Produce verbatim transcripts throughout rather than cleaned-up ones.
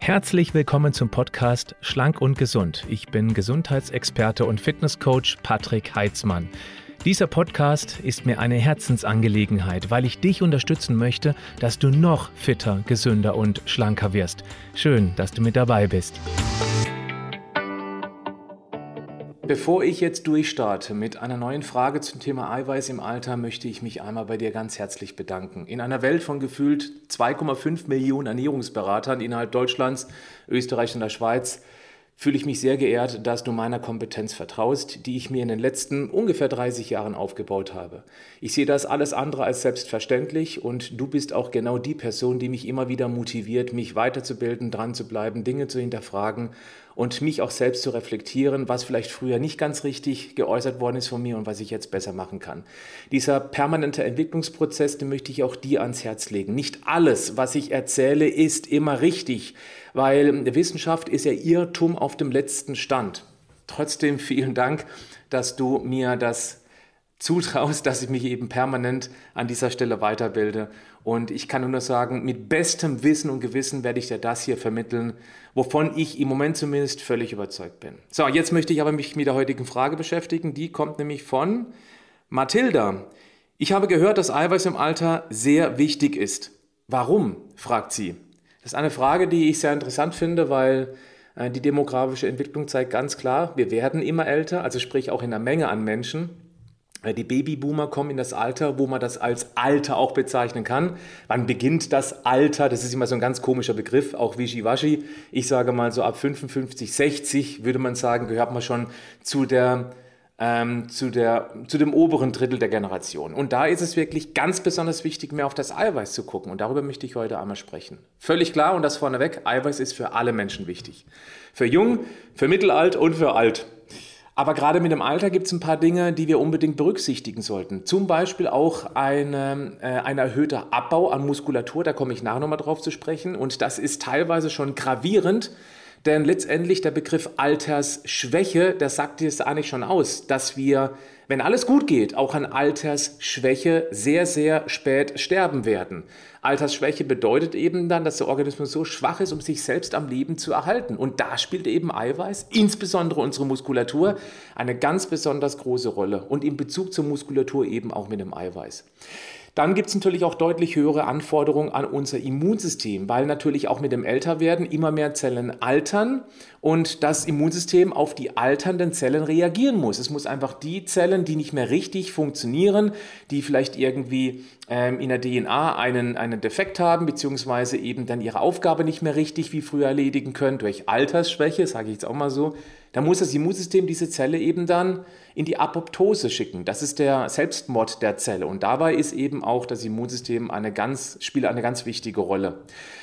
Herzlich willkommen zum Podcast Schlank und Gesund. Ich bin Gesundheitsexperte und Fitnesscoach Patrick Heitzmann. Dieser Podcast ist mir eine Herzensangelegenheit, weil ich dich unterstützen möchte, dass du noch fitter, gesünder und schlanker wirst. Schön, dass du mit dabei bist. Bevor ich jetzt durchstarte mit einer neuen Frage zum Thema Eiweiß im Alter, möchte ich mich einmal bei dir ganz herzlich bedanken. In einer Welt von gefühlt zwei Komma fünf Millionen Ernährungsberatern innerhalb Deutschlands, Österreich und der Schweiz fühle ich mich sehr geehrt, dass du meiner Kompetenz vertraust, die ich mir in den letzten ungefähr dreißig Jahren aufgebaut habe. Ich sehe das alles andere als selbstverständlich und du bist auch genau die Person, die mich immer wieder motiviert, mich weiterzubilden, dran zu bleiben, Dinge zu hinterfragen und mich auch selbst zu reflektieren, was vielleicht früher nicht ganz richtig geäußert worden ist von mir und was ich jetzt besser machen kann. Dieser permanente Entwicklungsprozess, den möchte ich auch dir ans Herz legen. Nicht alles, was ich erzähle, ist immer richtig, weil Wissenschaft ist ja Irrtum auf dem letzten Stand. Trotzdem vielen Dank, dass du mir das zutraust, dass ich mich eben permanent an dieser Stelle weiterbilde. Und ich kann nur sagen, mit bestem Wissen und Gewissen werde ich dir das hier vermitteln, wovon ich im Moment zumindest völlig überzeugt bin. So, jetzt möchte ich aber mich mit der heutigen Frage beschäftigen. Die kommt nämlich von Mathilda. Ich habe gehört, dass Eiweiß im Alter sehr wichtig ist. Warum? Fragt sie. Das ist eine Frage, die ich sehr interessant finde, weil äh, die demografische Entwicklung zeigt ganz klar, wir werden immer älter, also sprich auch in der Menge an Menschen. Die Babyboomer kommen in das Alter, wo man das als Alter auch bezeichnen kann. Wann beginnt das Alter? Das ist immer so ein ganz komischer Begriff, auch wischiwaschi. Ich sage mal so ab fünfundfünfzig, sechzig würde man sagen, gehört man schon zu der ähm, zu der zu dem oberen Drittel der Generation. Und da ist es wirklich ganz besonders wichtig, mehr auf das Eiweiß zu gucken. Und darüber möchte ich heute einmal sprechen. Völlig klar und das vorneweg, Eiweiß ist für alle Menschen wichtig. Für jung, für mittelalt und für alt. Aber gerade mit dem Alter gibt es ein paar Dinge, die wir unbedingt berücksichtigen sollten. Zum Beispiel auch eine, äh, ein erhöhter Abbau an Muskulatur, da komme ich nachher nochmal drauf zu sprechen. Und das ist teilweise schon gravierend, denn letztendlich der Begriff Altersschwäche, das sagt es eigentlich schon aus, dass wir, wenn alles gut geht, auch an Altersschwäche sehr, sehr spät sterben werden. Altersschwäche bedeutet eben dann, dass der Organismus so schwach ist, um sich selbst am Leben zu erhalten. Und da spielt eben Eiweiß, insbesondere unsere Muskulatur, eine ganz besonders große Rolle. Und in Bezug zur Muskulatur eben auch mit dem Eiweiß. Dann gibt es natürlich auch deutlich höhere Anforderungen an unser Immunsystem, weil natürlich auch mit dem Älterwerden immer mehr Zellen altern und das Immunsystem auf die alternden Zellen reagieren muss. Es muss einfach die Zellen, die nicht mehr richtig funktionieren, die vielleicht irgendwie ähm, in der D N A einen, einen Defekt haben, beziehungsweise eben dann ihre Aufgabe nicht mehr richtig wie früher erledigen können, durch Altersschwäche, sage ich jetzt auch mal so, da muss das Immunsystem diese Zelle eben dann in die Apoptose schicken. Das ist der Selbstmord der Zelle. Und dabei ist eben auch das Immunsystem eine ganz, spielt eine ganz wichtige Rolle.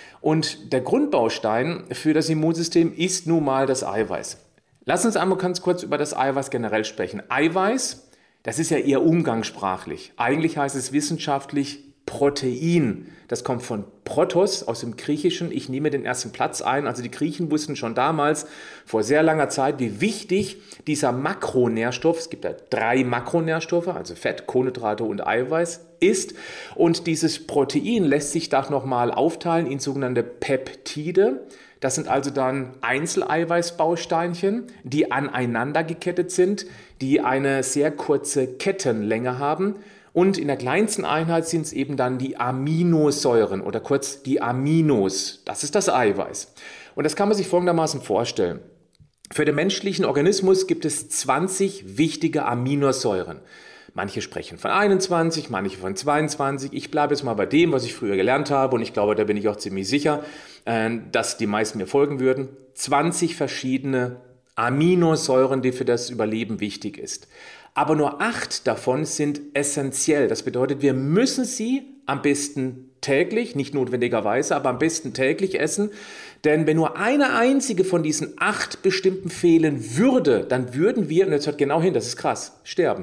Und der Grundbaustein für das Immunsystem ist nun mal das Eiweiß. Lass uns einmal ganz kurz über das Eiweiß generell sprechen. Eiweiß, das ist ja eher umgangssprachlich. Eigentlich heißt es wissenschaftlich Protein. Das kommt von Protos aus dem Griechischen. Ich nehme den ersten Platz ein. Also die Griechen wussten schon damals, vor sehr langer Zeit, wie wichtig dieser Makronährstoff, es gibt ja drei Makronährstoffe, also Fett, Kohlenhydrate und Eiweiß, ist. Und dieses Protein lässt sich da nochmal aufteilen in sogenannte Peptide. Das sind also dann Einzeleiweißbausteinchen, die aneinander gekettet sind, die eine sehr kurze Kettenlänge haben. Und in der kleinsten Einheit sind es eben dann die Aminosäuren oder kurz die Aminos. Das ist das Eiweiß. Und das kann man sich folgendermaßen vorstellen. Für den menschlichen Organismus gibt es zwanzig wichtige Aminosäuren. Manche sprechen von einundzwanzig, manche von zweiundzwanzig. Ich bleibe jetzt mal bei dem, was ich früher gelernt habe. Und ich glaube, da bin ich auch ziemlich sicher, dass die meisten mir folgen würden. zwanzig verschiedene Aminosäuren, die für das Überleben wichtig ist. Aber nur acht davon sind essentiell. Das bedeutet, wir müssen sie am besten täglich, nicht notwendigerweise, aber am besten täglich essen. Denn wenn nur eine einzige von diesen acht bestimmten fehlen würde, dann würden wir, und jetzt hört genau hin, das ist krass, sterben.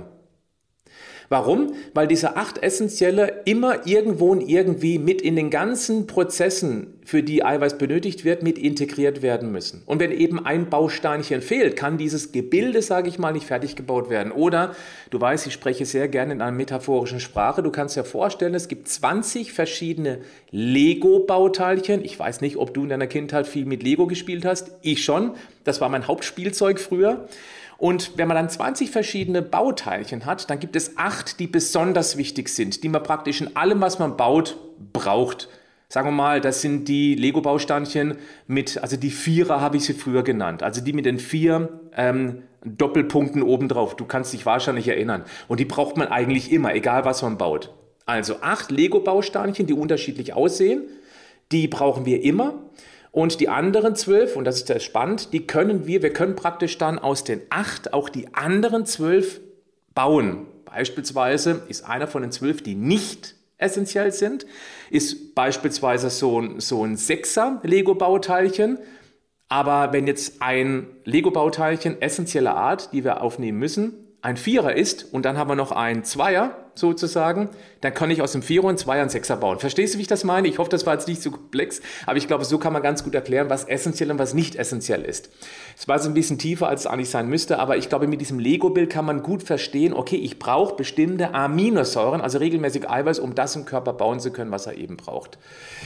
Warum? Weil diese acht Essentielle immer irgendwo und irgendwie mit in den ganzen Prozessen für die Eiweiß benötigt wird, mit integriert werden müssen. Und wenn eben ein Bausteinchen fehlt, kann dieses Gebilde, sage ich mal, nicht fertig gebaut werden. Oder, du weißt, ich spreche sehr gerne in einer metaphorischen Sprache, du kannst dir vorstellen, es gibt zwanzig verschiedene Lego-Bauteilchen. Ich weiß nicht, ob du in deiner Kindheit viel mit Lego gespielt hast. Ich schon. Das war mein Hauptspielzeug früher. Und wenn man dann zwanzig verschiedene Bauteilchen hat, dann gibt es acht, die besonders wichtig sind, die man praktisch in allem, was man baut, braucht. Sagen wir mal, das sind die Lego-Bausteinchen mit, also die Vierer habe ich sie früher genannt, also die mit den vier ähm, Doppelpunkten obendrauf. Du kannst dich wahrscheinlich erinnern. Und die braucht man eigentlich immer, egal was man baut. Also acht Lego-Bausteinchen, die unterschiedlich aussehen, die brauchen wir immer. Und die anderen zwölf, und das ist sehr spannend, die können wir, wir können praktisch dann aus den acht auch die anderen zwölf bauen. Beispielsweise ist einer von den zwölf, die nicht essentiell sind, ist beispielsweise so ein, so ein Sechser Lego-Bauteilchen. Aber wenn jetzt ein Lego-Bauteilchen essentieller Art, die wir aufnehmen müssen, ein Vierer ist und dann haben wir noch einen Zweier sozusagen, dann kann ich aus dem Vierer und Zweier einen Sechser bauen. Verstehst du, wie ich das meine? Ich hoffe, das war jetzt nicht so komplex, aber ich glaube, so kann man ganz gut erklären, was essentiell und was nicht essentiell ist. Es war so ein bisschen tiefer, als es eigentlich sein müsste, aber ich glaube, mit diesem Lego-Bild kann man gut verstehen, okay, ich brauche bestimmte Aminosäuren, also regelmäßig Eiweiß, um das im Körper bauen zu können, was er eben braucht.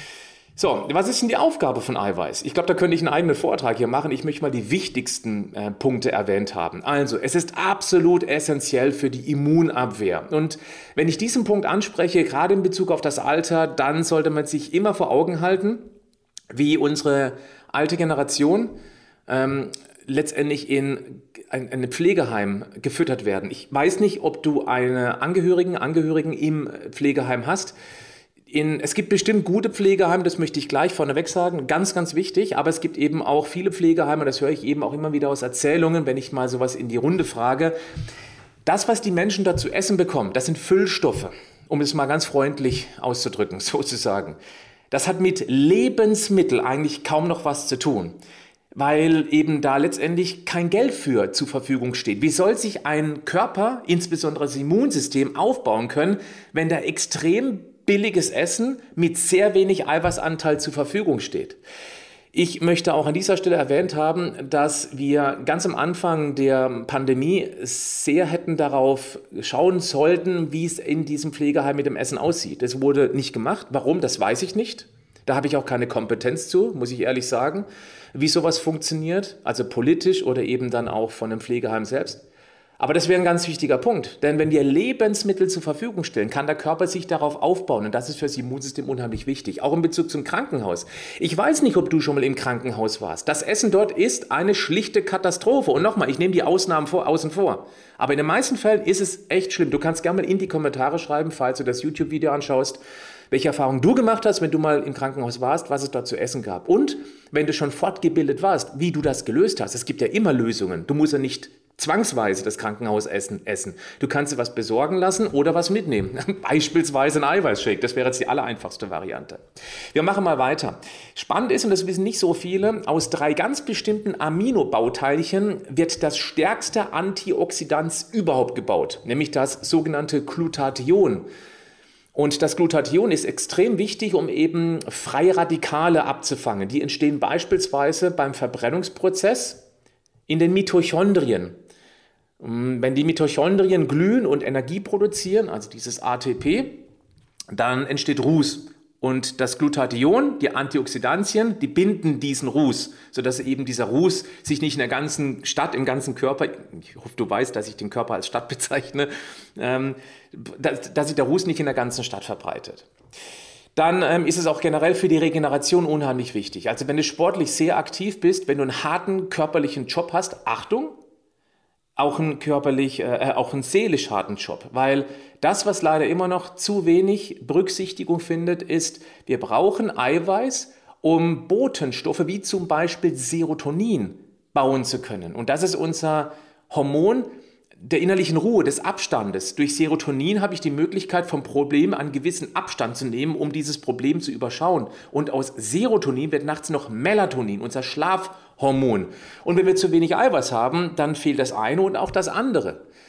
So, was ist denn die Aufgabe von Eiweiß? Ich glaube, da könnte ich einen eigenen Vortrag hier machen. Ich möchte mal die wichtigsten äh, Punkte erwähnt haben. Also, es ist absolut essentiell für die Immunabwehr. Und wenn ich diesen Punkt anspreche, gerade in Bezug auf das Alter, dann sollte man sich immer vor Augen halten, wie unsere alte Generation ähm, letztendlich in ein, ein Pflegeheim gefüttert werden. Ich weiß nicht, ob du eine Angehörigen, Angehörigen im Pflegeheim hast. In, es gibt bestimmt gute Pflegeheime, das möchte ich gleich vorneweg sagen, ganz, ganz wichtig, aber es gibt eben auch viele Pflegeheime, das höre ich eben auch immer wieder aus Erzählungen, wenn ich mal sowas in die Runde frage. Das, was die Menschen da zu essen bekommen, das sind Füllstoffe, um es mal ganz freundlich auszudrücken, sozusagen. Das hat mit Lebensmitteln eigentlich kaum noch was zu tun, weil eben da letztendlich kein Geld für zur Verfügung steht. Wie soll sich ein Körper, insbesondere das Immunsystem, aufbauen können, wenn da extrem billiges Essen mit sehr wenig Eiweißanteil zur Verfügung steht? Ich möchte auch an dieser Stelle erwähnt haben, dass wir ganz am Anfang der Pandemie sehr hätten darauf schauen sollten, wie es in diesem Pflegeheim mit dem Essen aussieht. Das wurde nicht gemacht. Warum? Das weiß ich nicht. Da habe ich auch keine Kompetenz zu, muss ich ehrlich sagen, wie sowas funktioniert, also politisch oder eben dann auch von dem Pflegeheim selbst. Aber das wäre ein ganz wichtiger Punkt, denn wenn wir Lebensmittel zur Verfügung stellen, kann der Körper sich darauf aufbauen und das ist für das Immunsystem unheimlich wichtig, auch in Bezug zum Krankenhaus. Ich weiß nicht, ob du schon mal im Krankenhaus warst. Das Essen dort ist eine schlichte Katastrophe und nochmal, ich nehme die Ausnahmen vor, außen vor, aber in den meisten Fällen ist es echt schlimm. Du kannst gerne mal in die Kommentare schreiben, falls du das YouTube-Video anschaust, welche Erfahrungen du gemacht hast, wenn du mal im Krankenhaus warst, was es dort zu essen gab und wenn du schon fortgebildet warst, wie du das gelöst hast. Es gibt ja immer Lösungen. Du musst ja nicht zwangsweise das Krankenhausessen essen. Du kannst dir was besorgen lassen oder was mitnehmen. Beispielsweise ein Eiweißshake. Das wäre jetzt die allereinfachste Variante. Wir machen mal weiter. Spannend ist, und das wissen nicht so viele, aus drei ganz bestimmten Aminobauteilchen wird das stärkste Antioxidant überhaupt gebaut, nämlich das sogenannte Glutathion. Und das Glutathion ist extrem wichtig, um eben freie Radikale abzufangen. Die entstehen beispielsweise beim Verbrennungsprozess in den Mitochondrien. Wenn die Mitochondrien glühen und Energie produzieren, also dieses A T P, dann entsteht Ruß. Und das Glutathion, die Antioxidantien, die binden diesen Ruß, sodass eben dieser Ruß sich nicht in der ganzen Stadt, im ganzen Körper, ich hoffe, du weißt, dass ich den Körper als Stadt bezeichne, ähm, dass, dass sich der Ruß nicht in der ganzen Stadt verbreitet. Dann ähm, ist es auch generell für die Regeneration unheimlich wichtig. Also wenn du sportlich sehr aktiv bist, wenn du einen harten körperlichen Job hast, Achtung, auch einen körperlich, äh, auch einen seelisch harten Job, weil das, was leider immer noch zu wenig Berücksichtigung findet, ist, wir brauchen Eiweiß, um Botenstoffe wie zum Beispiel Serotonin bauen zu können. Und das ist unser Hormon der innerlichen Ruhe, des Abstandes. Durch Serotonin habe ich die Möglichkeit, vom Problem einen gewissen Abstand zu nehmen, um dieses Problem zu überschauen. Und aus Serotonin wird nachts noch Melatonin, unser Schlafhormon. Und wenn wir zu wenig Eiweiß haben, dann fehlt das eine und auch das andere.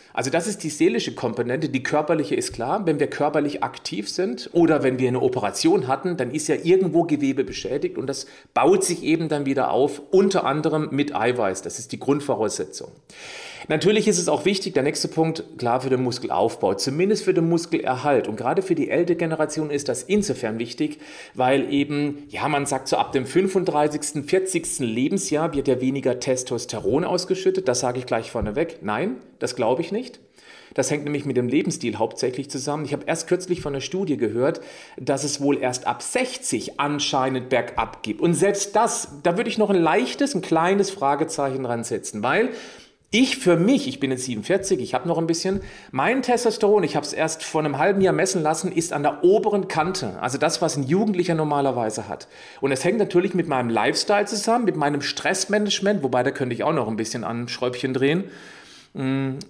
Also das ist die seelische Komponente, die körperliche ist klar. Wenn wir körperlich aktiv sind oder wenn wir eine Operation hatten, dann ist ja irgendwo Gewebe beschädigt und das baut sich eben dann wieder auf, unter anderem mit Eiweiß. Das ist die Grundvoraussetzung. Natürlich ist es auch wichtig, der nächste Punkt, klar für den Muskelaufbau, zumindest für den Muskelerhalt. Und gerade für die ältere Generation ist das insofern wichtig, weil eben, ja, man sagt so ab dem fünfunddreißigsten, vierzigsten Lebensjahr wird ja weniger Testosteron ausgeschüttet. Das sage ich gleich vorneweg. Nein, das glaube ich nicht. Das hängt nämlich mit dem Lebensstil hauptsächlich zusammen. Ich habe erst kürzlich von einer Studie gehört, dass es wohl erst ab sechzig anscheinend bergab gibt. Und selbst das, da würde ich noch ein leichtes, ein kleines Fragezeichen dran setzen, weil ich für mich, ich bin jetzt siebenundvierzig, ich habe noch ein bisschen, mein Testosteron, ich habe es erst vor einem halben Jahr messen lassen, ist an der oberen Kante. Also das, was ein Jugendlicher normalerweise hat. Und es hängt natürlich mit meinem Lifestyle zusammen, mit meinem Stressmanagement, wobei da könnte ich auch noch ein bisschen an Schräubchen drehen. Und,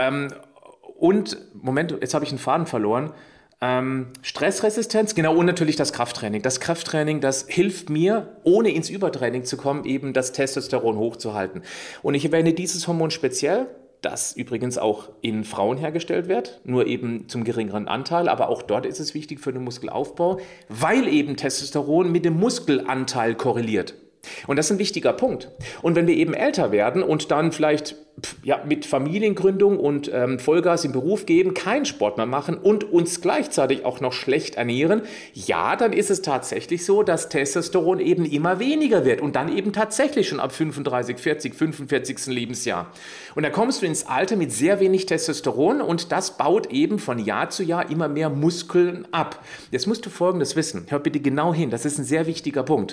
Moment, jetzt habe ich einen Faden verloren. Ähm, Stressresistenz, genau, und natürlich das Krafttraining. Das Krafttraining, das hilft mir, ohne ins Übertraining zu kommen, eben das Testosteron hochzuhalten. Und ich erwähne dieses Hormon speziell, das übrigens auch in Frauen hergestellt wird, nur eben zum geringeren Anteil, aber auch dort ist es wichtig für den Muskelaufbau, weil eben Testosteron mit dem Muskelanteil korreliert. Und das ist ein wichtiger Punkt. Und wenn wir eben älter werden und dann vielleicht ja, mit Familiengründung und ähm, Vollgas im Beruf geben, keinen Sport mehr machen und uns gleichzeitig auch noch schlecht ernähren, ja, dann ist es tatsächlich so, dass Testosteron eben immer weniger wird und dann eben tatsächlich schon ab fünfunddreißig, vierzig, fünfundvierzigsten Lebensjahr. Und da kommst du ins Alter mit sehr wenig Testosteron und das baut eben von Jahr zu Jahr immer mehr Muskeln ab. Jetzt musst du Folgendes wissen, hör bitte genau hin, das ist ein sehr wichtiger Punkt.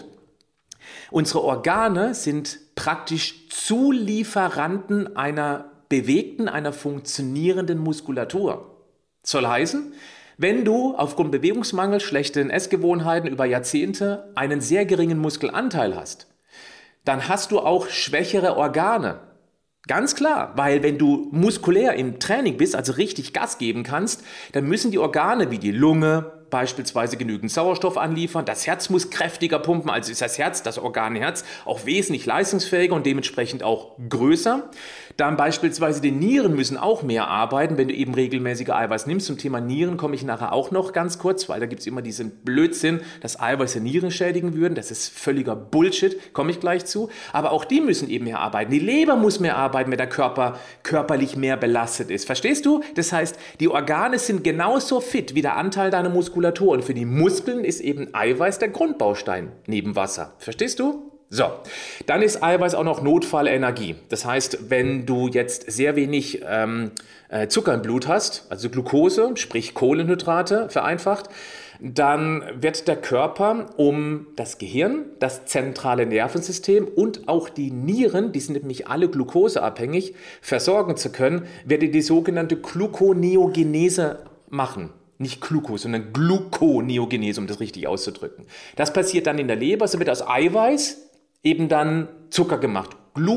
Unsere Organe sind praktisch Zulieferanten einer bewegten, einer funktionierenden Muskulatur. Soll heißen, wenn du aufgrund Bewegungsmangel, schlechten Essgewohnheiten über Jahrzehnte einen sehr geringen Muskelanteil hast, dann hast du auch schwächere Organe. Ganz klar, weil wenn du muskulär im Training bist, also richtig Gas geben kannst, dann müssen die Organe wie die Lunge beispielsweise genügend Sauerstoff anliefern. Das Herz muss kräftiger pumpen, also ist das Herz, das Organ Herz, auch wesentlich leistungsfähiger und dementsprechend auch größer. Dann beispielsweise die Nieren müssen auch mehr arbeiten, wenn du eben regelmäßige Eiweiß nimmst. Zum Thema Nieren komme ich nachher auch noch ganz kurz, weil da gibt es immer diesen Blödsinn, dass Eiweiß die Nieren schädigen würden. Das ist völliger Bullshit, komme ich gleich zu. Aber auch die müssen eben mehr arbeiten. Die Leber muss mehr arbeiten, wenn der Körper körperlich mehr belastet ist. Verstehst du? Das heißt, die Organe sind genauso fit wie der Anteil deiner Muskulatur. Und für die Muskeln ist eben Eiweiß der Grundbaustein neben Wasser. Verstehst du? So, dann ist Eiweiß auch noch Notfallenergie. Das heißt, wenn du jetzt sehr wenig ähm, äh, Zucker im Blut hast, also Glucose, sprich Kohlenhydrate vereinfacht, dann wird der Körper, um das Gehirn, das zentrale Nervensystem und auch die Nieren, die sind nämlich alle glukoseabhängig, versorgen zu können, wird er die sogenannte Gluconeogenese machen. Nicht Glucose, sondern Gluconeogenese, um das richtig auszudrücken. Das passiert dann in der Leber, so wird aus Eiweiß eben dann Zucker gemacht.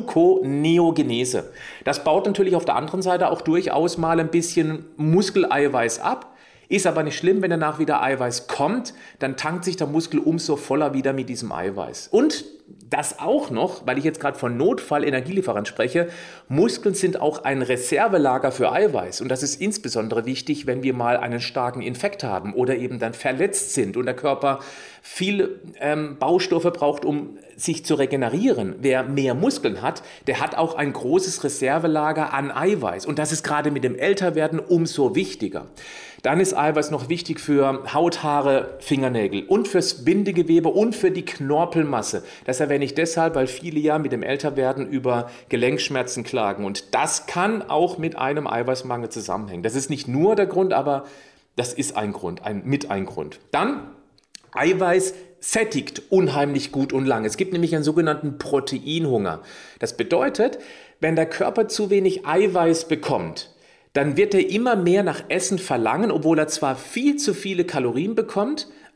Gluconeogenese. Das baut natürlich auf der anderen Seite auch durchaus mal ein bisschen Muskeleiweiß ab. Ist aber nicht schlimm, wenn danach wieder Eiweiß kommt, dann tankt sich der Muskel umso voller wieder mit diesem Eiweiß. Und das auch noch, weil ich jetzt gerade von Notfall-Energielieferant spreche, Muskeln sind auch ein Reservelager für Eiweiß. Und das ist insbesondere wichtig, wenn wir mal einen starken Infekt haben oder eben dann verletzt sind und der Körper viele ähm, Baustoffe braucht, um sich zu regenerieren. Wer mehr Muskeln hat, der hat auch ein großes Reservelager an Eiweiß. Und das ist gerade mit dem Älterwerden umso wichtiger. Dann ist Eiweiß noch wichtig für Haut, Haare, Fingernägel und fürs Bindegewebe und für die Knorpelmasse. Das erwähne ich deshalb, weil viele ja mit dem Älterwerden über Gelenkschmerzen klagen. Und das kann auch mit einem Eiweißmangel zusammenhängen. Das ist nicht nur der Grund, aber das ist ein Grund, ein, mit ein Grund. Dann Eiweiß sättigt unheimlich gut und lang. Es gibt nämlich einen sogenannten Proteinhunger. Das bedeutet, wenn der Körper zu wenig Eiweiß bekommt, dann wird er immer mehr nach Essen verlangen, obwohl er zwar viel zu viele Kalorien bekommt,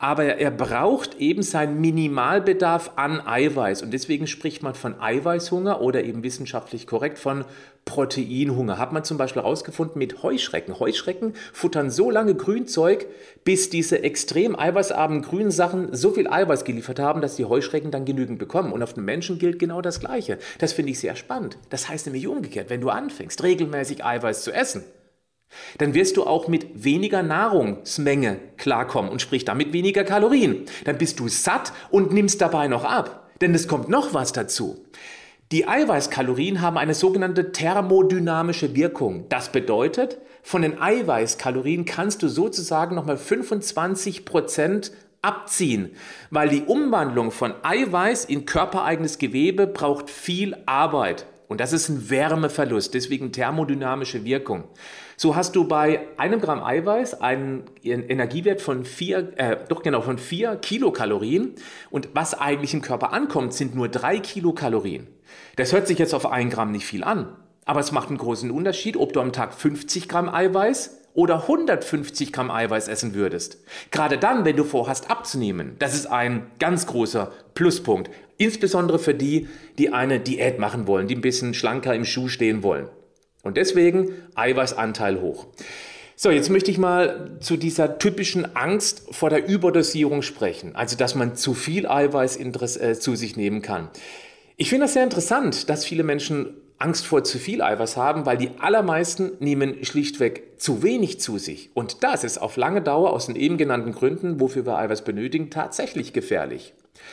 aber er braucht eben seinen Minimalbedarf an Eiweiß. Und deswegen spricht man von Eiweißhunger oder eben wissenschaftlich korrekt von Proteinhunger. Hat man zum Beispiel herausgefunden mit Heuschrecken. Heuschrecken futtern so lange Grünzeug, bis diese extrem eiweißarmen grünen Sachen so viel Eiweiß geliefert haben, dass die Heuschrecken dann genügend bekommen. Und auf den Menschen gilt genau das Gleiche. Das finde ich sehr spannend. Das heißt nämlich umgekehrt, wenn du anfängst, regelmäßig Eiweiß zu essen, dann wirst du auch mit weniger Nahrungsmenge klarkommen und sprich damit weniger Kalorien. Dann bist du satt und nimmst dabei noch ab. Denn es kommt noch was dazu. Die Eiweißkalorien haben eine sogenannte thermodynamische Wirkung. Das bedeutet, von den Eiweißkalorien kannst du sozusagen nochmal fünfundzwanzig Prozent abziehen, weil die Umwandlung von Eiweiß in körpereigenes Gewebe braucht viel Arbeit. Und das ist ein Wärmeverlust, deswegen thermodynamische Wirkung. So hast du bei einem Gramm Eiweiß einen Energiewert von vier, äh, doch genau, von vier Kilokalorien. Und was eigentlich im Körper ankommt, sind nur drei Kilokalorien. Das hört sich jetzt auf ein Gramm nicht viel an. Aber es macht einen großen Unterschied, ob du am Tag fünfzig Gramm Eiweiß oder hundertfünfzig Gramm Eiweiß essen würdest. Gerade dann, wenn du vorhast abzunehmen. Das ist ein ganz großer Pluspunkt. Insbesondere für die, die eine Diät machen wollen, die ein bisschen schlanker im Schuh stehen wollen. Und deswegen Eiweißanteil hoch. So, jetzt möchte ich mal zu dieser typischen Angst vor der Überdosierung sprechen. Also, dass man zu viel Eiweiß äh, zu sich nehmen kann. Ich finde das sehr interessant, dass viele Menschen Angst vor zu viel Eiweiß haben, weil die allermeisten nehmen schlichtweg zu wenig zu sich. Und das ist auf lange Dauer aus den eben genannten Gründen, wofür wir Eiweiß benötigen, tatsächlich gefährlich.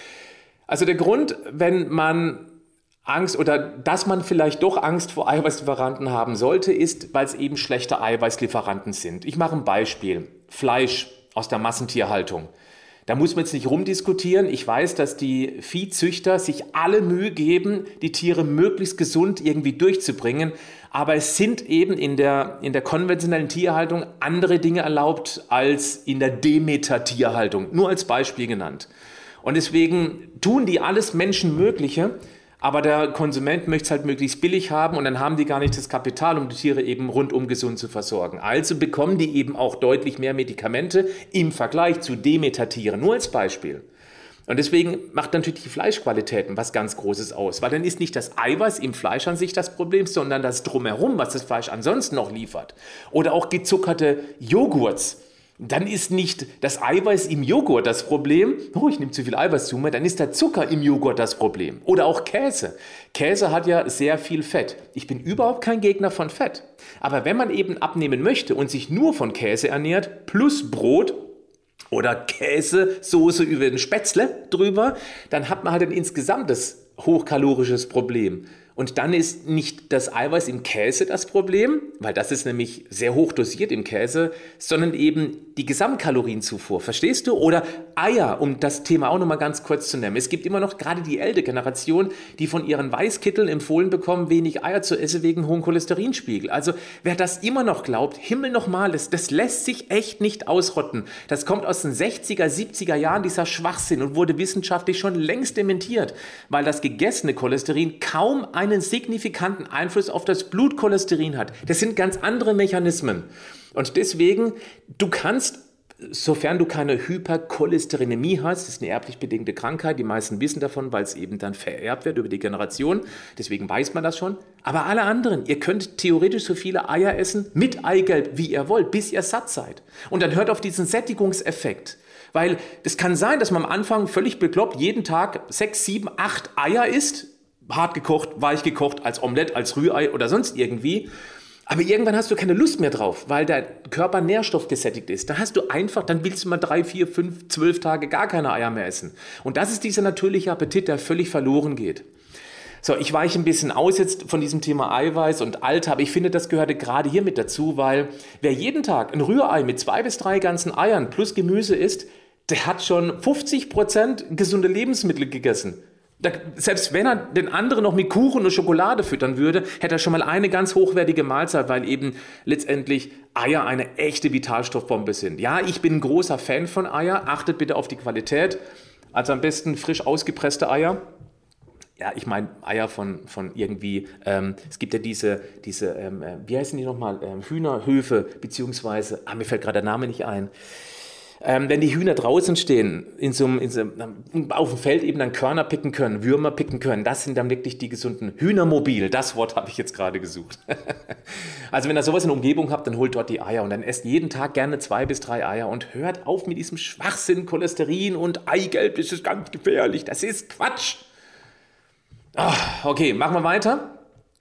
Also der Grund, wenn man Angst oder dass man vielleicht doch Angst vor Eiweißlieferanten haben sollte, ist, weil es eben schlechte Eiweißlieferanten sind. Ich mache ein Beispiel. Fleisch aus der Massentierhaltung. Da muss man jetzt nicht rumdiskutieren. Ich weiß, dass die Viehzüchter sich alle Mühe geben, die Tiere möglichst gesund irgendwie durchzubringen. Aber es sind eben in der, in der konventionellen Tierhaltung andere Dinge erlaubt als in der Demeter-Tierhaltung. Nur als Beispiel genannt. Und deswegen tun die alles Menschenmögliche, aber der Konsument möchte es halt möglichst billig haben und dann haben die gar nicht das Kapital, um die Tiere eben rundum gesund zu versorgen. Also bekommen die eben auch deutlich mehr Medikamente im Vergleich zu Demeter-Tieren. Nur als Beispiel. Und deswegen macht natürlich die Fleischqualitäten was ganz Großes aus, weil dann ist nicht das Eiweiß im Fleisch an sich das Problem, sondern das Drumherum, was das Fleisch ansonsten noch liefert. Oder auch gezuckerte Joghurts. Dann ist nicht das Eiweiß im Joghurt das Problem, oh, ich nehme zu viel Eiweiß zu mir, dann ist der Zucker im Joghurt das Problem. Oder auch Käse. Käse hat ja sehr viel Fett. Ich bin überhaupt kein Gegner von Fett. Aber wenn man eben abnehmen möchte und sich nur von Käse ernährt, plus Brot oder Käsesoße über den Spätzle drüber, dann hat man halt ein insgesamtes hochkalorisches Problem. Und dann ist nicht das Eiweiß im Käse das Problem, weil das ist nämlich sehr hoch dosiert im Käse, sondern eben die Gesamtkalorienzufuhr. Verstehst du? Oder Eier, um das Thema auch nochmal ganz kurz zu nennen. Es gibt immer noch gerade die ältere Generation, die von ihren Weißkitteln empfohlen bekommen, wenig Eier zu essen wegen hohem Cholesterinspiegel. Also wer das immer noch glaubt, Himmel nochmal, das, das lässt sich echt nicht ausrotten. Das kommt aus den sechziger, siebziger Jahren, dieser Schwachsinn, und wurde wissenschaftlich schon längst dementiert, weil das gegessene Cholesterin kaum einen signifikanten Einfluss auf das Blutcholesterin hat. Das sind ganz andere Mechanismen. Und deswegen, du kannst, sofern du keine Hypercholesterinämie hast, das ist eine erblich bedingte Krankheit, die meisten wissen davon, weil es eben dann vererbt wird über die Generation, deswegen weiß man das schon. Aber alle anderen, ihr könnt theoretisch so viele Eier essen, mit Eigelb, wie ihr wollt, bis ihr satt seid. Und dann hört auf diesen Sättigungseffekt. Weil es kann sein, dass man am Anfang völlig bekloppt jeden Tag sechs, sieben, acht Eier isst, hart gekocht, weich gekocht, als Omelette, als Rührei oder sonst irgendwie. Aber irgendwann hast du keine Lust mehr drauf, weil der Körper nährstoffgesättigt ist. Dann hast du einfach, dann willst du mal drei, vier, fünf, zwölf Tage gar keine Eier mehr essen. Und das ist dieser natürliche Appetit, der völlig verloren geht. So, ich weiche ein bisschen aus jetzt von diesem Thema Eiweiß und Alter, aber ich finde, das gehörte gerade hier mit dazu, weil wer jeden Tag ein Rührei mit zwei bis drei ganzen Eiern plus Gemüse isst, der hat schon fünfzig Prozent gesunde Lebensmittel gegessen. Da, selbst wenn er den anderen noch mit Kuchen und Schokolade füttern würde, hätte er schon mal eine ganz hochwertige Mahlzeit, weil eben letztendlich Eier eine echte Vitalstoffbombe sind. Ja, ich bin ein großer Fan von Eier. Achtet bitte auf die Qualität. Also am besten frisch ausgepresste Eier. Ja, ich meine Eier von, von irgendwie, ähm, es gibt ja diese, diese ähm, wie heißen die nochmal, ähm, Hühnerhöfe, beziehungsweise, ah, mir fällt gerade der Name nicht ein. Ähm, wenn die Hühner draußen stehen, in so einem, in so einem, auf dem Feld eben dann Körner picken können, Würmer picken können, das sind dann wirklich die gesunden Hühnermobil. Das Wort habe ich jetzt gerade gesucht. Also wenn ihr sowas in der Umgebung habt, dann holt dort die Eier und dann esst jeden Tag gerne zwei bis drei Eier und hört auf mit diesem Schwachsinn, Cholesterin und Eigelb, das ist ganz gefährlich. Das ist Quatsch. Ach, okay, machen wir weiter.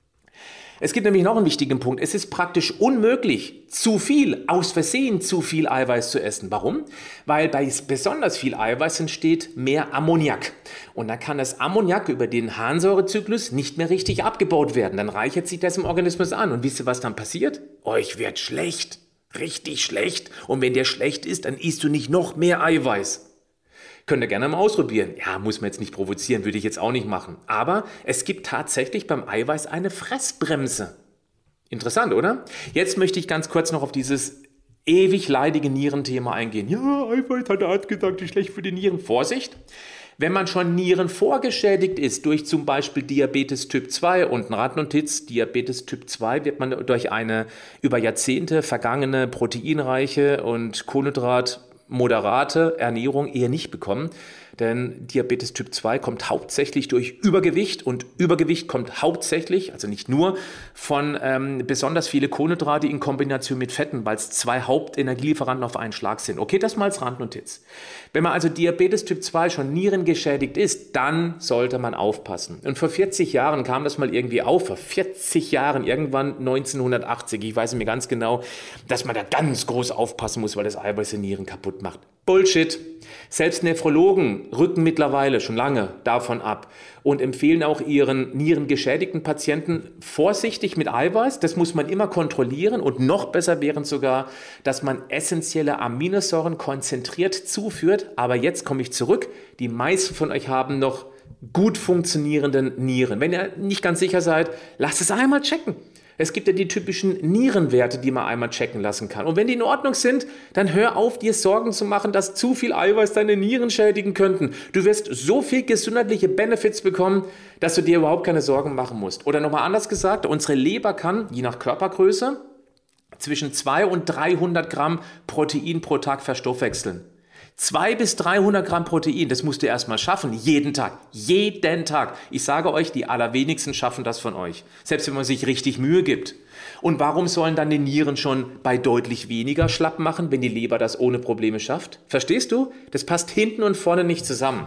Es gibt nämlich noch einen wichtigen Punkt. Es ist praktisch unmöglich, zu viel, aus Versehen zu viel Eiweiß zu essen. Warum? Weil bei besonders viel Eiweiß entsteht mehr Ammoniak. Und dann kann das Ammoniak über den Harnsäurezyklus nicht mehr richtig abgebaut werden. Dann reichert sich das im Organismus an. Und wisst ihr, was dann passiert? Euch wird schlecht. Richtig schlecht. Und wenn der schlecht ist, dann isst du nicht noch mehr Eiweiß. Könnt ihr gerne mal ausprobieren. Ja, muss man jetzt nicht provozieren, würde ich jetzt auch nicht machen. Aber es gibt tatsächlich beim Eiweiß eine Fressbremse. Interessant, oder? Jetzt möchte ich ganz kurz noch auf dieses ewig leidige Nierenthema eingehen. Ja, Eiweiß hat der Arzt gesagt, ist schlecht für die Nieren. Vorsicht! Wenn man schon Nieren vorgeschädigt ist durch zum Beispiel Diabetes Typ zwei und Randnotiz, Diabetes Typ zwei wird man durch eine über Jahrzehnte vergangene proteinreiche und Kohlenhydrat moderate Ernährung eher nicht bekommen, denn Diabetes Typ zwei kommt hauptsächlich durch Übergewicht und Übergewicht kommt hauptsächlich, also nicht nur, von ähm, besonders viele Kohlenhydrate in Kombination mit Fetten, weil es zwei Hauptenergielieferanten auf einen Schlag sind. Okay, das mal als Randnotiz. Wenn man also Diabetes Typ zwei schon nierengeschädigt ist, dann sollte man aufpassen. Und vor vierzig Jahren kam das mal irgendwie auf, vor vierzig Jahren, irgendwann neunzehnhundertachtzig, ich weiß nicht mehr ganz genau, dass man da ganz groß aufpassen muss, weil das Eiweiß die Nieren kaputt macht. Bullshit. Selbst Nephrologen rücken mittlerweile schon lange davon ab und empfehlen auch ihren nierengeschädigten Patienten vorsichtig mit Eiweiß. Das muss man immer kontrollieren und noch besser wäre sogar, dass man essentielle Aminosäuren konzentriert zuführt. Aber jetzt komme ich zurück. Die meisten von euch haben noch gut funktionierenden Nieren. Wenn ihr nicht ganz sicher seid, lasst es einmal checken. Es gibt ja die typischen Nierenwerte, die man einmal checken lassen kann. Und wenn die in Ordnung sind, dann hör auf, dir Sorgen zu machen, dass zu viel Eiweiß deine Nieren schädigen könnten. Du wirst so viel gesundheitliche Benefits bekommen, dass du dir überhaupt keine Sorgen machen musst. Oder nochmal anders gesagt, unsere Leber kann, je nach Körpergröße, zwischen zweihundert und dreihundert Gramm Protein pro Tag verstoffwechseln. zweihundert bis dreihundert Gramm Protein, das musst du erstmal schaffen, jeden Tag, jeden Tag. Ich sage euch, die allerwenigsten schaffen das von euch, selbst wenn man sich richtig Mühe gibt. Und warum sollen dann die Nieren schon bei deutlich weniger schlapp machen, wenn die Leber das ohne Probleme schafft? Verstehst du? Das passt hinten und vorne nicht zusammen.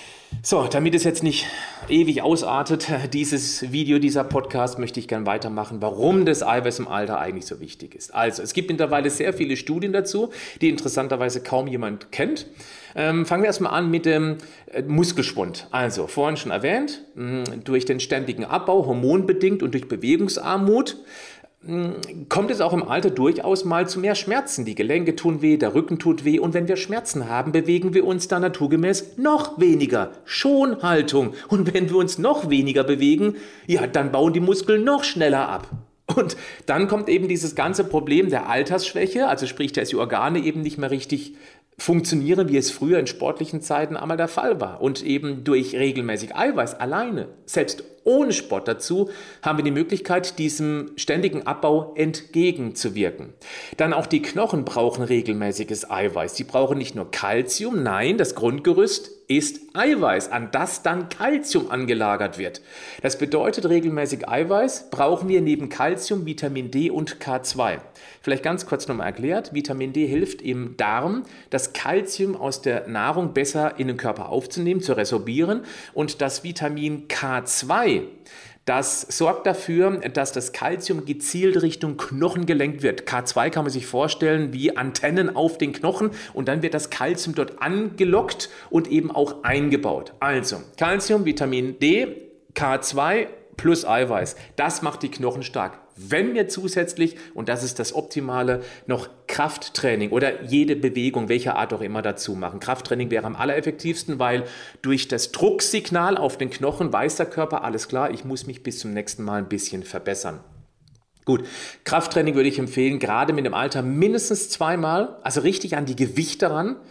So, damit es jetzt nicht ewig ausartet, dieses Video, dieser Podcast, möchte ich gerne weitermachen, warum das Eiweiß im Alter eigentlich so wichtig ist. Also, es gibt mittlerweile sehr viele Studien dazu, die interessanterweise kaum jemand kennt. Ähm, fangen wir erstmal an mit dem äh, Muskelschwund. Also, vorhin schon erwähnt, mh, durch den ständigen Abbau, hormonbedingt und durch Bewegungsarmut, kommt es auch im Alter durchaus mal zu mehr Schmerzen. Die Gelenke tun weh, der Rücken tut weh und wenn wir Schmerzen haben, bewegen wir uns dann naturgemäß noch weniger. Schonhaltung. Und wenn wir uns noch weniger bewegen, ja, dann bauen die Muskeln noch schneller ab. Und dann kommt eben dieses ganze Problem der Altersschwäche, also sprich, dass die Organe eben nicht mehr richtig funktionieren, wie es früher in sportlichen Zeiten einmal der Fall war. Und eben durch regelmäßig Eiweiß alleine, selbst ohne Sport dazu, haben wir die Möglichkeit, diesem ständigen Abbau entgegenzuwirken. Dann auch die Knochen brauchen regelmäßiges Eiweiß. Die brauchen nicht nur Kalzium, nein, das Grundgerüst ist Eiweiß, an das dann Kalzium angelagert wird. Das bedeutet, regelmäßig Eiweiß brauchen wir neben Kalzium, Vitamin D und K zwei. Vielleicht ganz kurz nochmal erklärt, Vitamin D hilft im Darm, das Kalzium aus der Nahrung besser in den Körper aufzunehmen, zu resorbieren und das Vitamin K zwei, das sorgt dafür, dass das Kalzium gezielt Richtung Knochen gelenkt wird. K zwei kann man sich vorstellen wie Antennen auf den Knochen und dann wird das Kalzium dort angelockt und eben auch eingebaut. Also Kalzium, Vitamin D, K zwei plus Eiweiß, das macht die Knochen stark. Wenn wir zusätzlich, und das ist das Optimale, noch Krafttraining oder jede Bewegung, welcher Art auch immer, dazu machen. Krafttraining wäre am allereffektivsten, weil durch das Drucksignal auf den Knochen weiß der Körper, alles klar, ich muss mich bis zum nächsten Mal ein bisschen verbessern. Gut, Krafttraining würde ich empfehlen, gerade mit dem Alter mindestens zweimal, also richtig an die Gewichte ran.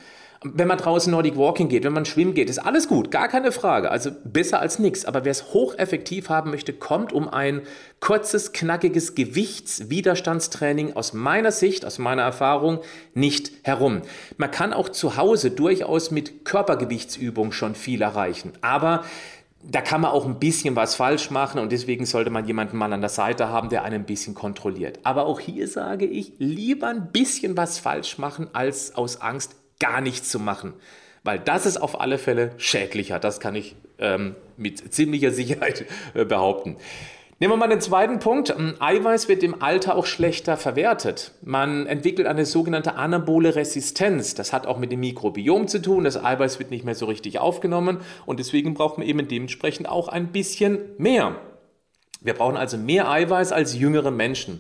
Wenn man draußen Nordic Walking geht, wenn man schwimmen geht, ist alles gut, gar keine Frage. Also besser als nichts. Aber wer es hocheffektiv haben möchte, kommt um ein kurzes, knackiges Gewichtswiderstandstraining aus meiner Sicht, aus meiner Erfahrung nicht herum. Man kann auch zu Hause durchaus mit Körpergewichtsübung schon viel erreichen. Aber da kann man auch ein bisschen was falsch machen und deswegen sollte man jemanden mal an der Seite haben, der einen ein bisschen kontrolliert. Aber auch hier sage ich, lieber ein bisschen was falsch machen, als aus Angst gar nichts zu machen. Weil das ist auf alle Fälle schädlicher. Das kann ich ähm, mit ziemlicher Sicherheit äh, behaupten. Nehmen wir mal den zweiten Punkt. Eiweiß wird im Alter auch schlechter verwertet. Man entwickelt eine sogenannte anabole Resistenz. Das hat auch mit dem Mikrobiom zu tun. Das Eiweiß wird nicht mehr so richtig aufgenommen und deswegen braucht man eben dementsprechend auch ein bisschen mehr. Wir brauchen also mehr Eiweiß als jüngere Menschen.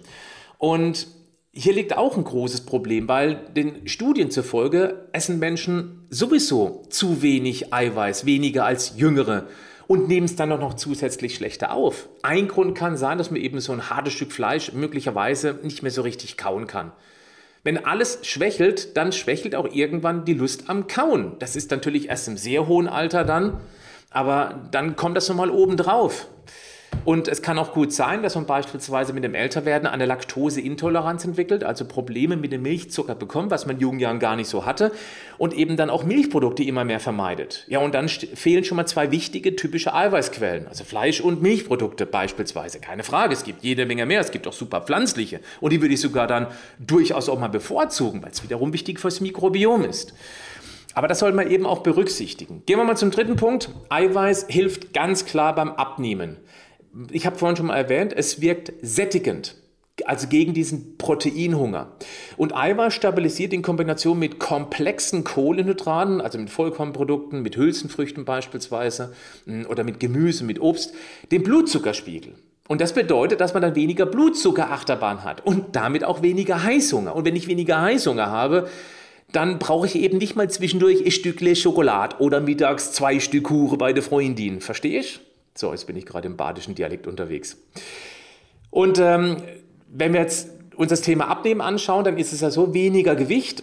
Und hier liegt auch ein großes Problem, weil den Studien zufolge essen Menschen sowieso zu wenig Eiweiß, weniger als jüngere. Und nehmen es dann auch noch zusätzlich schlechter auf. Ein Grund kann sein, dass man eben so ein hartes Stück Fleisch möglicherweise nicht mehr so richtig kauen kann. Wenn alles schwächelt, dann schwächelt auch irgendwann die Lust am Kauen. Das ist natürlich erst im sehr hohen Alter dann, aber dann kommt das nochmal oben drauf. Und es kann auch gut sein, dass man beispielsweise mit dem Älterwerden eine Laktoseintoleranz entwickelt, also Probleme mit dem Milchzucker bekommt, was man in jungen Jahren gar nicht so hatte und eben dann auch Milchprodukte immer mehr vermeidet. Ja, und dann fehlen schon mal zwei wichtige typische Eiweißquellen, also Fleisch- und Milchprodukte beispielsweise. Keine Frage, es gibt jede Menge mehr, es gibt auch super pflanzliche und die würde ich sogar dann durchaus auch mal bevorzugen, weil es wiederum wichtig fürs Mikrobiom ist. Aber das sollte man eben auch berücksichtigen. Gehen wir mal zum dritten Punkt. Eiweiß hilft ganz klar beim Abnehmen. Ich habe vorhin schon mal erwähnt, es wirkt sättigend, also gegen diesen Proteinhunger. Und Eiweiß stabilisiert in Kombination mit komplexen Kohlenhydraten, also mit Vollkornprodukten, mit Hülsenfrüchten beispielsweise oder mit Gemüse, mit Obst, den Blutzuckerspiegel. Und das bedeutet, dass man dann weniger Blutzuckerachterbahn hat und damit auch weniger Heißhunger. Und wenn ich weniger Heißhunger habe, dann brauche ich eben nicht mal zwischendurch ein Stückle Schokolade oder mittags zwei Stück Kuchen bei der Freundin. Verstehe ich? So, jetzt bin ich gerade im badischen Dialekt unterwegs. Und ähm, wenn wir jetzt uns das Thema Abnehmen anschauen, dann ist es ja so, weniger Gewicht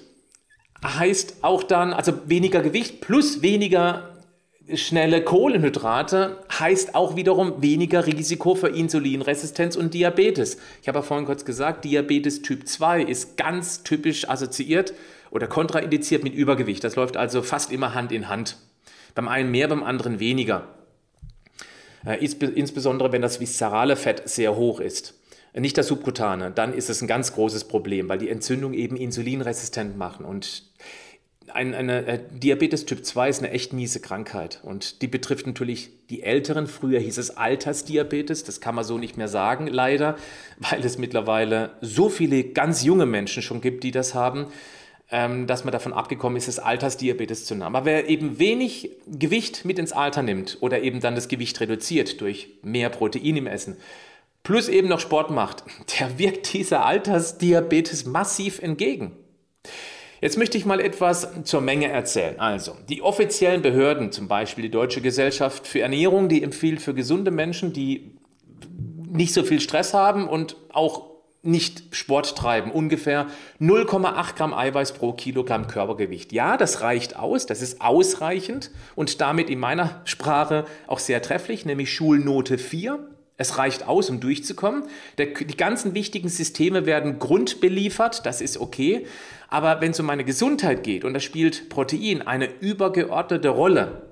heißt auch dann, also weniger Gewicht plus weniger schnelle Kohlenhydrate heißt auch wiederum weniger Risiko für Insulinresistenz und Diabetes. Ich habe ja vorhin kurz gesagt, Diabetes Typ zwei ist ganz typisch assoziiert oder kontraindiziert mit Übergewicht. Das läuft also fast immer Hand in Hand. Beim einen mehr, beim anderen weniger. Insbesondere wenn das viszerale Fett sehr hoch ist, nicht das subkutane, dann ist es ein ganz großes Problem, weil die Entzündung eben insulinresistent machen. Und ein, eine äh, Diabetes Typ zwei ist eine echt miese Krankheit und die betrifft natürlich die Älteren. Früher hieß es Altersdiabetes, das kann man so nicht mehr sagen, leider, weil es mittlerweile so viele ganz junge Menschen schon gibt, die das haben, dass man davon abgekommen ist, das Altersdiabetes zu nehmen. Aber wer eben wenig Gewicht mit ins Alter nimmt oder eben dann das Gewicht reduziert durch mehr Protein im Essen, plus eben noch Sport macht, der wirkt dieser Altersdiabetes massiv entgegen. Jetzt möchte ich mal etwas zur Menge erzählen. Also, die offiziellen Behörden, zum Beispiel die Deutsche Gesellschaft für Ernährung, die empfiehlt für gesunde Menschen, die nicht so viel Stress haben und auch nicht Sport treiben, ungefähr null Komma acht Gramm Eiweiß pro Kilogramm Körpergewicht. Ja, das reicht aus, das ist ausreichend und damit in meiner Sprache auch sehr trefflich, nämlich Schulnote vier. Es reicht aus, um durchzukommen. Der, die ganzen wichtigen Systeme werden grundbeliefert, das ist okay. Aber wenn es um meine Gesundheit geht und da spielt Protein eine übergeordnete Rolle,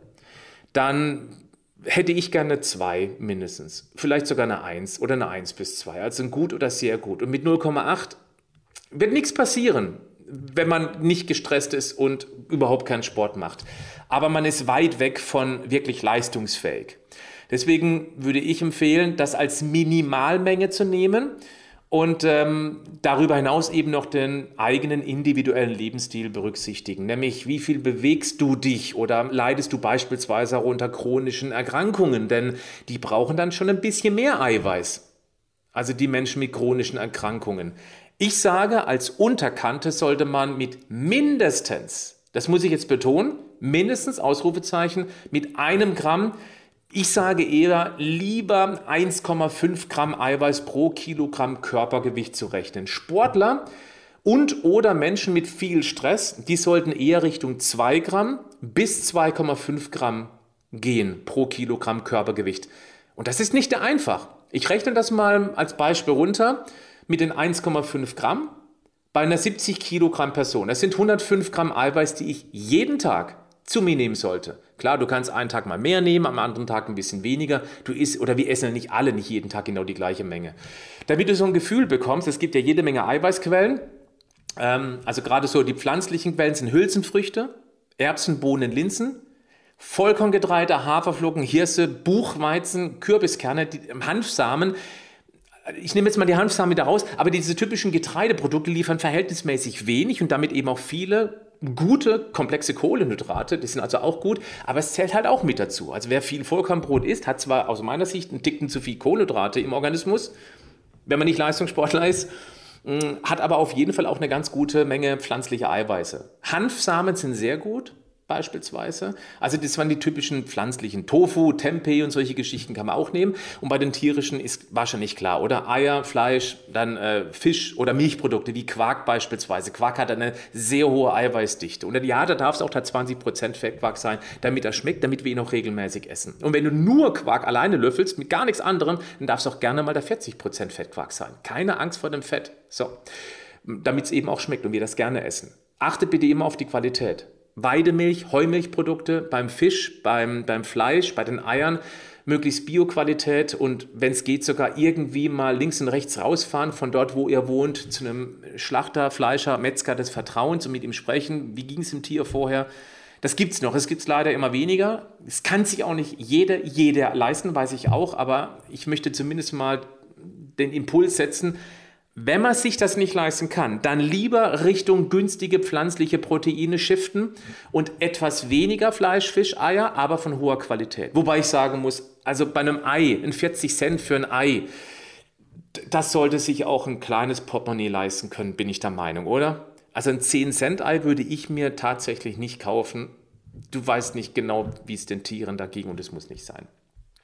dann hätte ich gerne zwei mindestens, vielleicht sogar eine eins oder eine eins bis zwei, also ein gut oder sehr gut. Und mit null Komma acht wird nichts passieren, wenn man nicht gestresst ist und überhaupt keinen Sport macht. Aber man ist weit weg von wirklich leistungsfähig. Deswegen würde ich empfehlen, das als Minimalmenge zu nehmen und ähm, darüber hinaus eben noch den eigenen individuellen Lebensstil berücksichtigen. Nämlich, wie viel bewegst du dich oder leidest du beispielsweise auch unter chronischen Erkrankungen? Denn die brauchen dann schon ein bisschen mehr Eiweiß. Also die Menschen mit chronischen Erkrankungen. Ich sage, als Unterkante sollte man mit mindestens, das muss ich jetzt betonen, mindestens, Ausrufezeichen, mit einem Gramm, ich sage eher, lieber eins Komma fünf Gramm Eiweiß pro Kilogramm Körpergewicht zu rechnen. Sportler Und oder Menschen mit viel Stress, die sollten eher Richtung zwei Gramm bis zwei Komma fünf Gramm gehen pro Kilogramm Körpergewicht. Und das ist nicht einfach. Ich rechne das mal als Beispiel runter mit den eins Komma fünf Gramm bei einer siebzig Kilogramm Person. Das sind hundertfünf Gramm Eiweiß, die ich jeden Tag zu mir nehmen sollte. Klar, du kannst einen Tag mal mehr nehmen, am anderen Tag ein bisschen weniger. Du isst, oder wir essen ja nicht alle, nicht jeden Tag genau die gleiche Menge. Damit du so ein Gefühl bekommst, es gibt ja jede Menge Eiweißquellen. Ähm, also gerade so die pflanzlichen Quellen sind Hülsenfrüchte, Erbsen, Bohnen, Linsen, Vollkorngetreide, Haferflocken, Hirse, Buchweizen, Kürbiskerne, die, Hanfsamen. Ich nehme jetzt mal die Hanfsamen wieder raus, aber diese typischen Getreideprodukte liefern verhältnismäßig wenig und damit eben auch viele gute, komplexe Kohlenhydrate, die sind also auch gut, aber es zählt halt auch mit dazu. Also wer viel Vollkornbrot isst, hat zwar aus meiner Sicht einen Ticken zu viel Kohlenhydrate im Organismus, wenn man nicht Leistungssportler ist, hat aber auf jeden Fall auch eine ganz gute Menge pflanzliche Eiweiße. Hanfsamen sind sehr gut, beispielsweise. Also das waren die typischen pflanzlichen Tofu, Tempeh und solche Geschichten kann man auch nehmen. Und bei den tierischen ist wahrscheinlich klar, oder? Eier, Fleisch, dann äh, Fisch oder Milchprodukte wie Quark beispielsweise. Quark hat eine sehr hohe Eiweißdichte. Und ja, da darf es auch da zwanzig Prozent Fettquark sein, damit er schmeckt, damit wir ihn auch regelmäßig essen. Und wenn du nur Quark alleine löffelst, mit gar nichts anderem, dann darf es auch gerne mal der vierzig Prozent Fettquark sein. Keine Angst vor dem Fett. So, damit es eben auch schmeckt und wir das gerne essen. Achte bitte immer auf die Qualität. Weidemilch, Heumilchprodukte beim Fisch, beim, beim Fleisch, bei den Eiern, möglichst Bioqualität und wenn es geht sogar irgendwie mal links und rechts rausfahren von dort, wo ihr wohnt, zu einem Schlachter, Fleischer, Metzger des Vertrauens und mit ihm sprechen, wie ging es dem Tier vorher. Das gibt es noch, es gibt es leider immer weniger. Es kann sich auch nicht jeder, jeder leisten, weiß ich auch, aber ich möchte zumindest mal den Impuls setzen, wenn man sich das nicht leisten kann, dann lieber Richtung günstige pflanzliche Proteine shiften und etwas weniger Fleisch, Fisch, Eier, aber von hoher Qualität. Wobei ich sagen muss, also bei einem Ei, ein vierzig Cent für ein Ei, das sollte sich auch ein kleines Portemonnaie leisten können, bin ich der Meinung, oder? Also ein zehn Cent Ei würde ich mir tatsächlich nicht kaufen. Du weißt nicht genau, wie es den Tieren da ging und es muss nicht sein.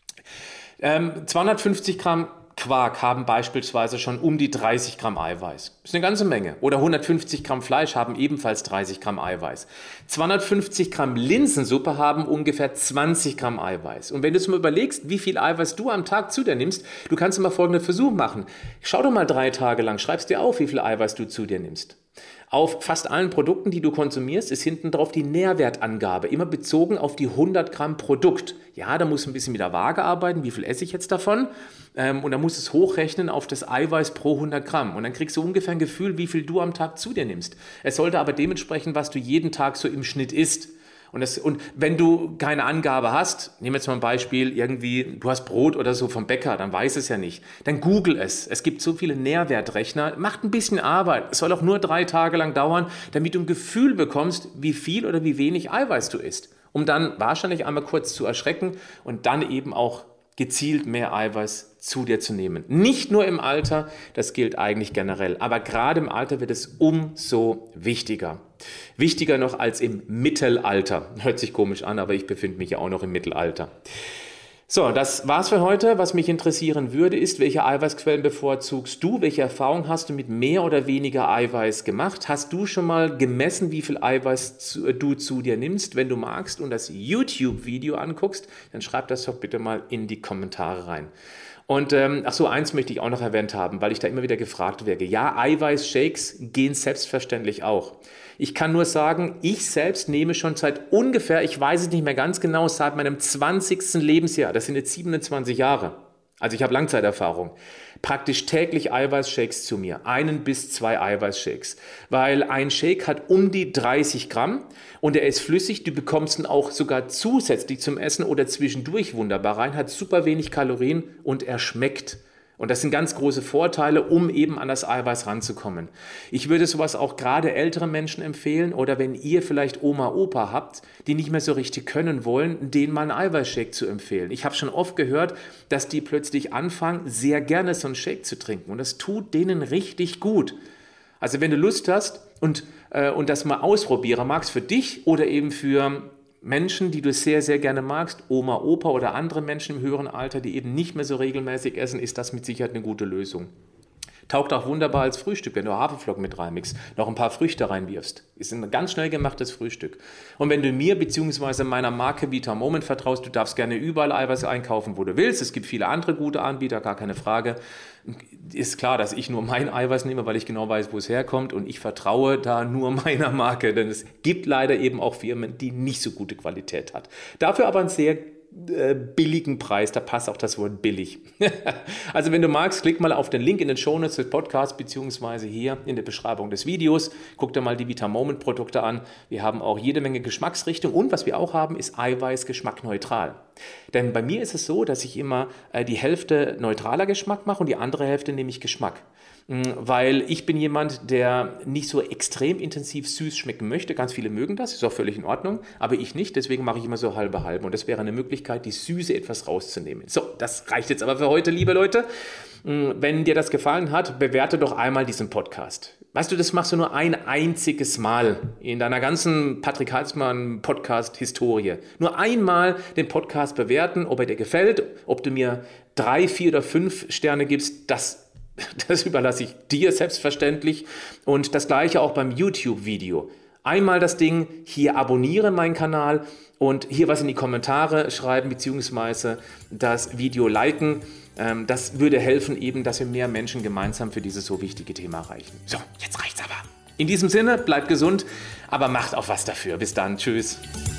Ähm, zweihundertfünfzig Gramm Quark haben beispielsweise schon um die dreißig Gramm Eiweiß. Das ist eine ganze Menge. Oder hundertfünfzig Gramm Fleisch haben ebenfalls dreißig Gramm Eiweiß. zweihundertfünfzig Gramm Linsensuppe haben ungefähr zwanzig Gramm Eiweiß. Und wenn du jetzt mal überlegst, wie viel Eiweiß du am Tag zu dir nimmst, du kannst mal folgenden Versuch machen. Schau doch mal drei Tage lang, schreibst dir auf, wie viel Eiweiß du zu dir nimmst. Auf fast allen Produkten, die du konsumierst, ist hinten drauf die Nährwertangabe, immer bezogen auf die hundert Gramm Produkt. Ja, da muss ein bisschen mit der Waage arbeiten, wie viel esse ich jetzt davon? Ähm, und dann musst du es hochrechnen auf das Eiweiß pro hundert Gramm. Und dann kriegst du ungefähr ein Gefühl, wie viel du am Tag zu dir nimmst. Es sollte aber dementsprechend, was du jeden Tag so im Schnitt isst. Und, das, und wenn du keine Angabe hast, nehmen wir jetzt mal ein Beispiel, irgendwie, du hast Brot oder so vom Bäcker, dann weiß es ja nicht. Dann google es. Es gibt so viele Nährwertrechner. Macht ein bisschen Arbeit. Es soll auch nur drei Tage lang dauern, damit du ein Gefühl bekommst, wie viel oder wie wenig Eiweiß du isst. Um dann wahrscheinlich einmal kurz zu erschrecken und dann eben auch gezielt mehr Eiweiß zu dir zu nehmen. Nicht nur im Alter, das gilt eigentlich generell, aber gerade im Alter wird es umso wichtiger. Wichtiger noch als im Mittelalter. Hört sich komisch an, aber ich befinde mich ja auch noch im Mittelalter. So, das war's für heute. Was mich interessieren würde, ist, welche Eiweißquellen bevorzugst du? Welche Erfahrung hast du mit mehr oder weniger Eiweiß gemacht? Hast du schon mal gemessen, wie viel Eiweiß zu, du zu dir nimmst? Wenn du magst und das YouTube-Video anguckst, dann schreib das doch bitte mal in die Kommentare rein. Und ähm, ach so, eins möchte ich auch noch erwähnt haben, weil ich da immer wieder gefragt werde. Ja, Eiweißshakes gehen selbstverständlich auch. Ich kann nur sagen, ich selbst nehme schon seit ungefähr, ich weiß es nicht mehr ganz genau, seit meinem zwanzigsten Lebensjahr, das sind jetzt siebenundzwanzig Jahre, also ich habe Langzeiterfahrung, praktisch täglich Eiweißshakes zu mir, einen bis zwei Eiweißshakes, weil ein Shake hat um die dreißig Gramm und er ist flüssig, du bekommst ihn auch sogar zusätzlich zum Essen oder zwischendurch wunderbar rein, hat super wenig Kalorien und er schmeckt. Und das sind ganz große Vorteile, um eben an das Eiweiß ranzukommen. Ich würde sowas auch gerade älteren Menschen empfehlen oder wenn ihr vielleicht Oma, Opa habt, die nicht mehr so richtig können wollen, denen mal einen Eiweißshake zu empfehlen. Ich habe schon oft gehört, dass die plötzlich anfangen, sehr gerne so einen Shake zu trinken und das tut denen richtig gut. Also wenn du Lust hast und, äh, und das mal ausprobieren magst für dich oder eben für Menschen, die du sehr, sehr gerne magst, Oma, Opa oder andere Menschen im höheren Alter, die eben nicht mehr so regelmäßig essen, ist das mit Sicherheit eine gute Lösung. Taugt auch wunderbar als Frühstück, wenn du Haferflocken mit reinmixst, noch ein paar Früchte reinwirfst. Ist ein ganz schnell gemachtes Frühstück. Und wenn du mir bzw. meiner Marke Vita Moment vertraust, du darfst gerne überall Eiweiß einkaufen, wo du willst. Es gibt viele andere gute Anbieter, gar keine Frage. Ist klar, dass ich nur mein Eiweiß nehme, weil ich genau weiß, wo es herkommt, und ich vertraue da nur meiner Marke, denn es gibt leider eben auch Firmen, die nicht so gute Qualität hat. Dafür aber ein sehr äh, billigen Preis, da passt auch das Wort billig. Also wenn du magst, klick mal auf den Link in den Shownotes des Podcasts beziehungsweise hier in der Beschreibung des Videos. Guck dir mal die Vita Moment Produkte an. Wir haben auch jede Menge Geschmacksrichtung, und was wir auch haben, ist Eiweiß geschmackneutral. Denn bei mir ist es so, dass ich immer äh, die Hälfte neutraler Geschmack mache und die andere Hälfte nehme ich Geschmack. Weil ich bin jemand, der nicht so extrem intensiv süß schmecken möchte. Ganz viele mögen das, ist auch völlig in Ordnung, aber ich nicht, deswegen mache ich immer so halbe halbe, und das wäre eine Möglichkeit, die Süße etwas rauszunehmen. So, das reicht jetzt aber für heute, liebe Leute. Wenn dir das gefallen hat, bewerte doch einmal diesen Podcast. Weißt du, das machst du nur ein einziges Mal in deiner ganzen Patrick Halsmann Podcast-Historie. Nur einmal den Podcast bewerten, ob er dir gefällt, ob du mir drei, vier oder fünf Sterne gibst, das Das überlasse ich dir selbstverständlich, und das gleiche auch beim YouTube-Video. Einmal das Ding, hier abonniere meinen Kanal und hier was in die Kommentare schreiben beziehungsweise das Video liken. Das würde helfen, eben, dass wir mehr Menschen gemeinsam für dieses so wichtige Thema erreichen. So, jetzt reicht's aber. In diesem Sinne, bleibt gesund, aber macht auch was dafür. Bis dann, tschüss.